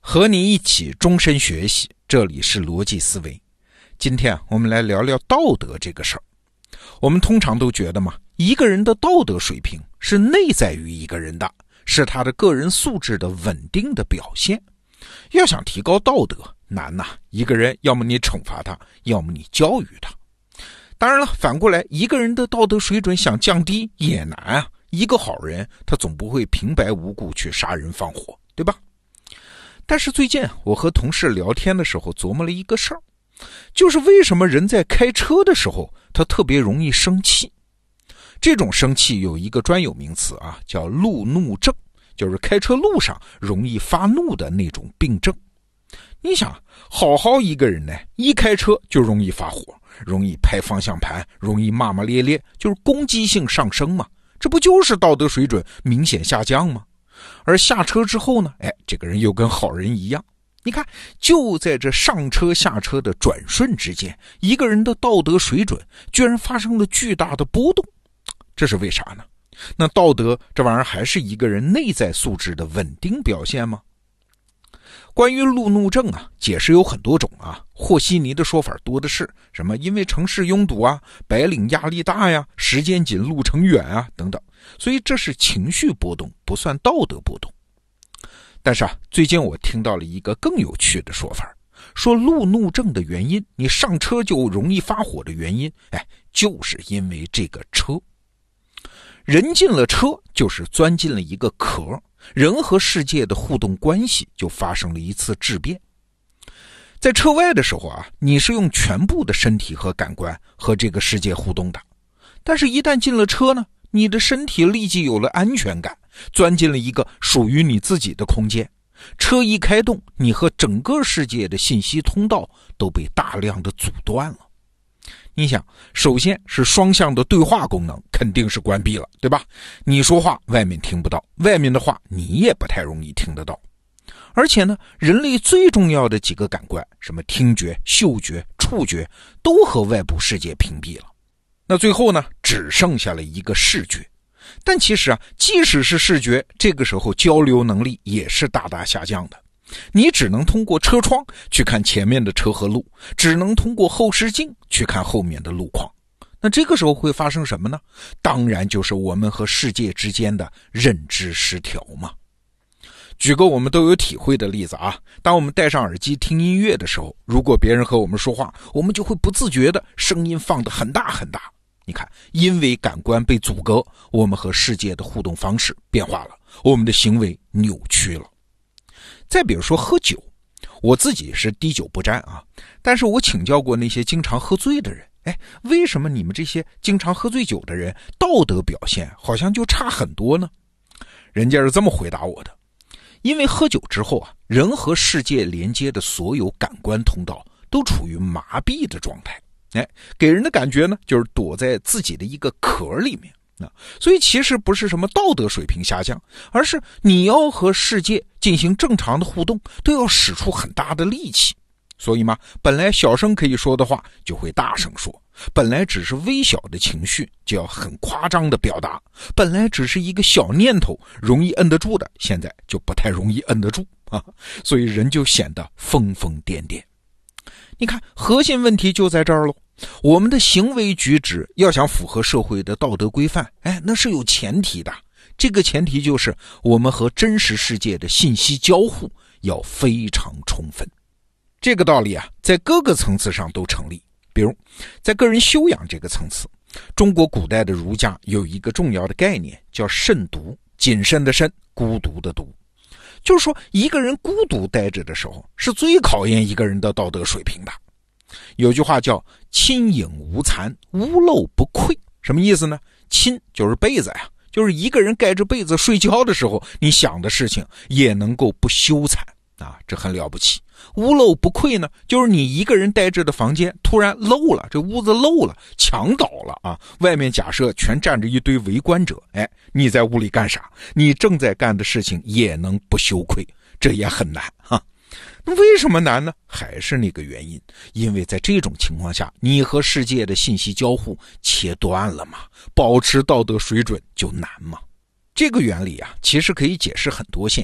和你一起终身学习，这里是逻辑思维。今天我们来聊聊道德这个事儿。我们通常都觉得嘛，一个人的道德水平是内在于一个人的，是他的个人素质的稳定的表现。要想提高道德难呐，一个人要么你惩罚他，要么你教育他。当然了，反过来一个人的道德水准想降低也难啊。一个好人他总不会平白无故去杀人放火，对吧？但是最近我和同事聊天的时候琢磨了一个事儿，就是为什么人在开车的时候他特别容易生气。这种生气有一个专有名词啊，叫路怒症，就是开车路上容易发怒的那种病症。你想，好好一个人呢，一开车就容易发火，容易拍方向盘，容易骂骂咧咧，就是攻击性上升嘛，这不就是道德水准明显下降吗？而下车之后呢，这个人又跟好人一样。你看，就在这上车下车的转瞬之间，一个人的道德水准居然发生了巨大的波动。这是为啥呢？那道德这玩意儿还是一个人内在素质的稳定表现吗？关于路怒症啊，解释有很多种啊，和稀泥的说法多的是，什么因为城市拥堵啊，白领压力大呀，时间紧路程远啊等等，所以这是情绪波动，不算道德波动。但是最近我听到了一个更有趣的说法，说路怒症的原因，你上车就容易发火的原因，就是因为这个车。人进了车就是钻进了一个壳，人和世界的互动关系就发生了一次质变。在车外的时候啊，你是用全部的身体和感官和这个世界互动的，但是一旦进了车呢，你的身体立即有了安全感，钻进了一个属于你自己的空间。车一开动，你和整个世界的信息通道都被大量的阻断了。你想，首先是双向的对话功能肯定是关闭了，对吧？你说话外面听不到，外面的话你也不太容易听得到。而且呢，人类最重要的几个感官，什么听觉、嗅觉、触觉，都和外部世界屏蔽了。那最后呢，只剩下了一个视觉。但其实啊，即使是视觉，这个时候交流能力也是大大下降的。你只能通过车窗去看前面的车和路，只能通过后视镜去看后面的路况。那这个时候会发生什么呢？当然就是我们和世界之间的认知失调嘛。举个我们都有体会的例子啊，当我们戴上耳机听音乐的时候，如果别人和我们说话，我们就会不自觉的声音放得很大很大。你看，因为感官被阻隔，我们和世界的互动方式变化了，我们的行为扭曲了。再比如说喝酒，我自己是滴酒不沾啊，但是我请教过那些经常喝醉的人，为什么你们这些经常喝醉酒的人道德表现好像就差很多呢？人家是这么回答我的，因为喝酒之后啊，人和世界连接的所有感官通道都处于麻痹的状态，给人的感觉呢，就是躲在自己的一个壳里面。所以其实不是什么道德水平下降，而是你要和世界进行正常的互动，都要使出很大的力气。所以嘛，本来小声可以说的话就会大声说，本来只是微小的情绪就要很夸张的表达，本来只是一个小念头容易摁得住的，现在就不太容易摁得住啊，所以人就显得疯疯癫癫。你看，核心问题就在这儿咯。我们的行为举止要想符合社会的道德规范，那是有前提的。这个前提就是我们和真实世界的信息交互要非常充分。这个道理啊，在各个层次上都成立。比如，在个人修养这个层次，中国古代的儒家有一个重要的概念，叫慎独，谨慎的慎，孤独的独。就是说，一个人孤独待着的时候，是最考验一个人的道德水平的。有句话叫亲影无残，屋漏不窥。什么意思呢？亲就是被子呀，就是一个人盖着被子睡觉的时候，你想的事情也能够不羞惭啊，这很了不起。屋漏不窥呢，就是你一个人待着的房间突然漏了，这屋子漏了，墙倒了啊，外面假设全站着一堆围观者，你在屋里干啥？你正在干的事情也能不羞愧，这也很难哈。那为什么难呢？还是那个原因，因为在这种情况下，你和世界的信息交互切断了嘛，保持道德水准就难嘛。这个原理啊，其实可以解释很多现象，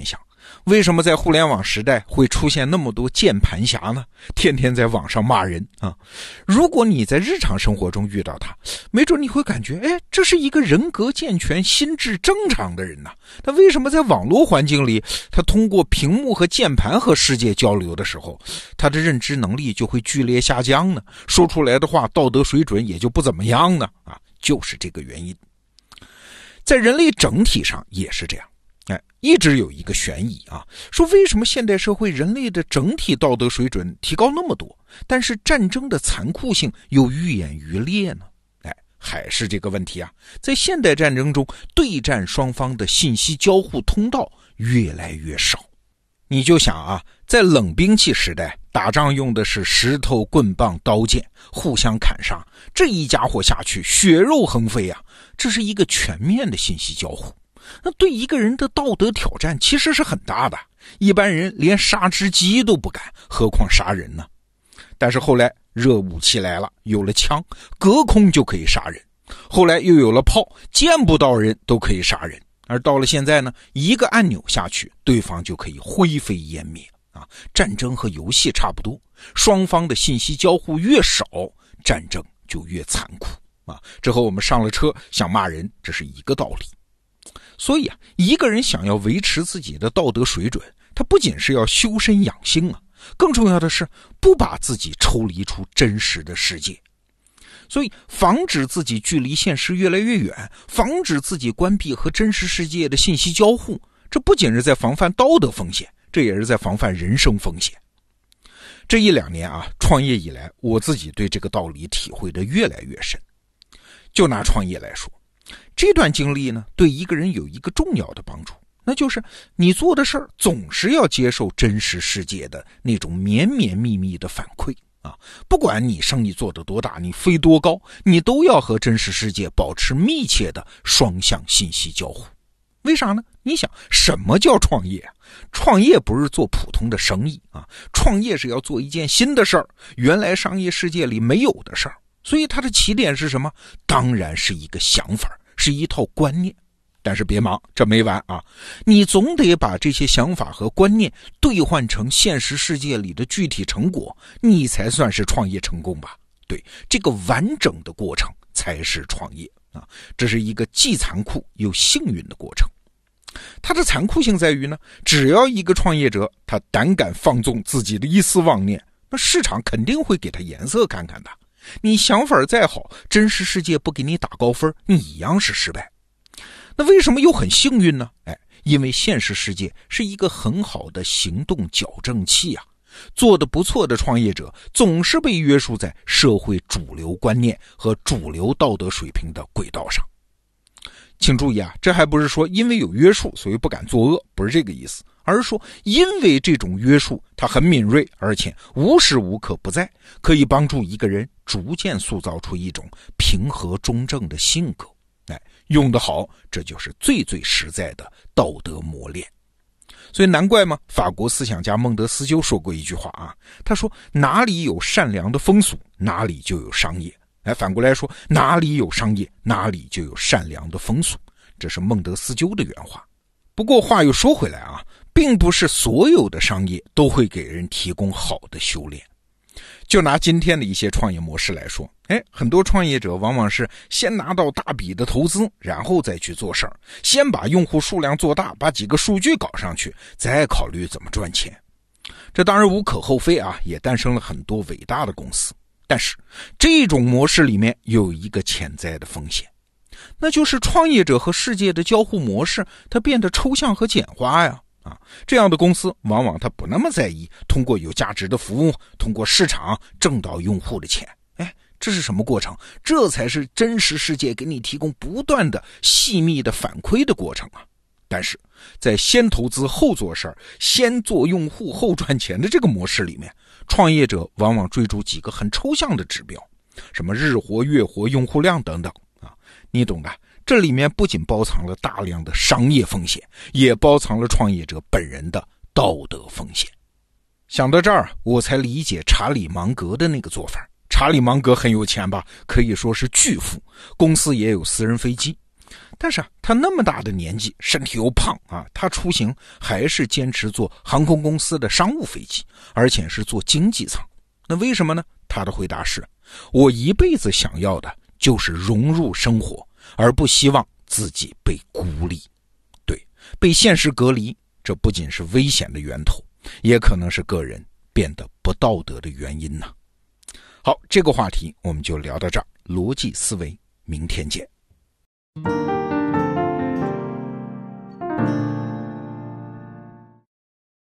为什么在互联网时代会出现那么多键盘侠呢？天天在网上骂人啊！如果你在日常生活中遇到他，没准你会感觉，这是一个人格健全、心智正常的人呐。他为什么在网络环境里，他通过屏幕和键盘和世界交流的时候，他的认知能力就会剧烈下降呢？说出来的话，道德水准也就不怎么样呢？就是这个原因。在人类整体上也是这样。一直有一个悬疑说为什么现代社会人类的整体道德水准提高那么多，但是战争的残酷性又愈演愈烈呢？还是这个问题在现代战争中，对战双方的信息交互通道越来越少。你就想在冷兵器时代，打仗用的是石头、棍棒、刀剑，互相砍杀，这一家伙下去，血肉横飞这是一个全面的信息交互。那对一个人的道德挑战其实是很大的，一般人连杀只鸡都不敢，何况杀人呢？但是后来热武器来了，有了枪，隔空就可以杀人，后来又有了炮，见不到人都可以杀人，而到了现在呢，一个按钮下去，对方就可以灰飞烟灭战争和游戏差不多，双方的信息交互越少，战争就越残酷这和我们上了车想骂人这是一个道理。所以一个人想要维持自己的道德水准，他不仅是要修身养性更重要的是不把自己抽离出真实的世界。所以防止自己距离现实越来越远，防止自己关闭和真实世界的信息交互，这不仅是在防范道德风险，这也是在防范人生风险。这一两年创业以来，我自己对这个道理体会的越来越深。就拿创业来说，这段经历呢，对一个人有一个重要的帮助，那就是你做的事儿总是要接受真实世界的那种绵绵密密的反馈不管你生意做得多大，你飞多高，你都要和真实世界保持密切的双向信息交互。为啥呢？你想，什么叫创业创业不是做普通的生意创业是要做一件新的事儿，原来商业世界里没有的事儿。所以它的起点是什么？当然是一个想法，是一套观念。但是别忙，这没完你总得把这些想法和观念兑换成现实世界里的具体成果，你才算是创业成功吧？对，这个完整的过程才是创业这是一个既残酷又幸运的过程。它的残酷性在于呢，只要一个创业者他胆敢放纵自己的一丝妄念，那市场肯定会给他颜色看看的。你想法再好，真实世界不给你打高分，你一样是失败。那为什么又很幸运呢？因为现实世界是一个很好的行动矫正器做得不错的创业者总是被约束在社会主流观念和主流道德水平的轨道上。请注意这还不是说因为有约束所以不敢作恶，不是这个意思，而是说因为这种约束它很敏锐，而且无时无刻不在，可以帮助一个人逐渐塑造出一种平和中正的性格。用得好，这就是最最实在的道德磨练。所以难怪嘛，法国思想家孟德斯鸠说过一句话他说哪里有善良的风俗，哪里就有商业。反过来说，哪里有商业，哪里就有善良的风俗，这是孟德斯鸠的原话。不过话又说回来并不是所有的商业都会给人提供好的修炼。就拿今天的一些创业模式来说，很多创业者往往是先拿到大笔的投资，然后再去做事儿，先把用户数量做大，把几个数据搞上去，再考虑怎么赚钱。这当然无可厚非也诞生了很多伟大的公司。但是这种模式里面有一个潜在的风险，那就是创业者和世界的交互模式它变得抽象和简化这样的公司往往它不那么在意通过有价值的服务，通过市场挣到用户的钱。这是什么过程？这才是真实世界给你提供不断的细密的反馈的过程但是在先投资后做事儿，先做用户后赚钱的这个模式里面，创业者往往追逐几个很抽象的指标，什么日活、月活、用户量等等你懂的。这里面不仅包藏了大量的商业风险，也包藏了创业者本人的道德风险。想到这儿，我才理解查理芒格的那个做法。查理芒格很有钱吧，可以说是巨富，公司也有私人飞机。 但是他那么大的年纪，身体又胖他出行还是坚持坐航空公司的商务飞机，而且是坐经济舱。那为什么呢？他的回答是：我一辈子想要的就是融入生活，而不希望自己被孤立。对，被现实隔离，这不仅是危险的源头，也可能是个人变得不道德的原因呢。好，这个话题我们就聊到这儿，逻辑思维，明天见。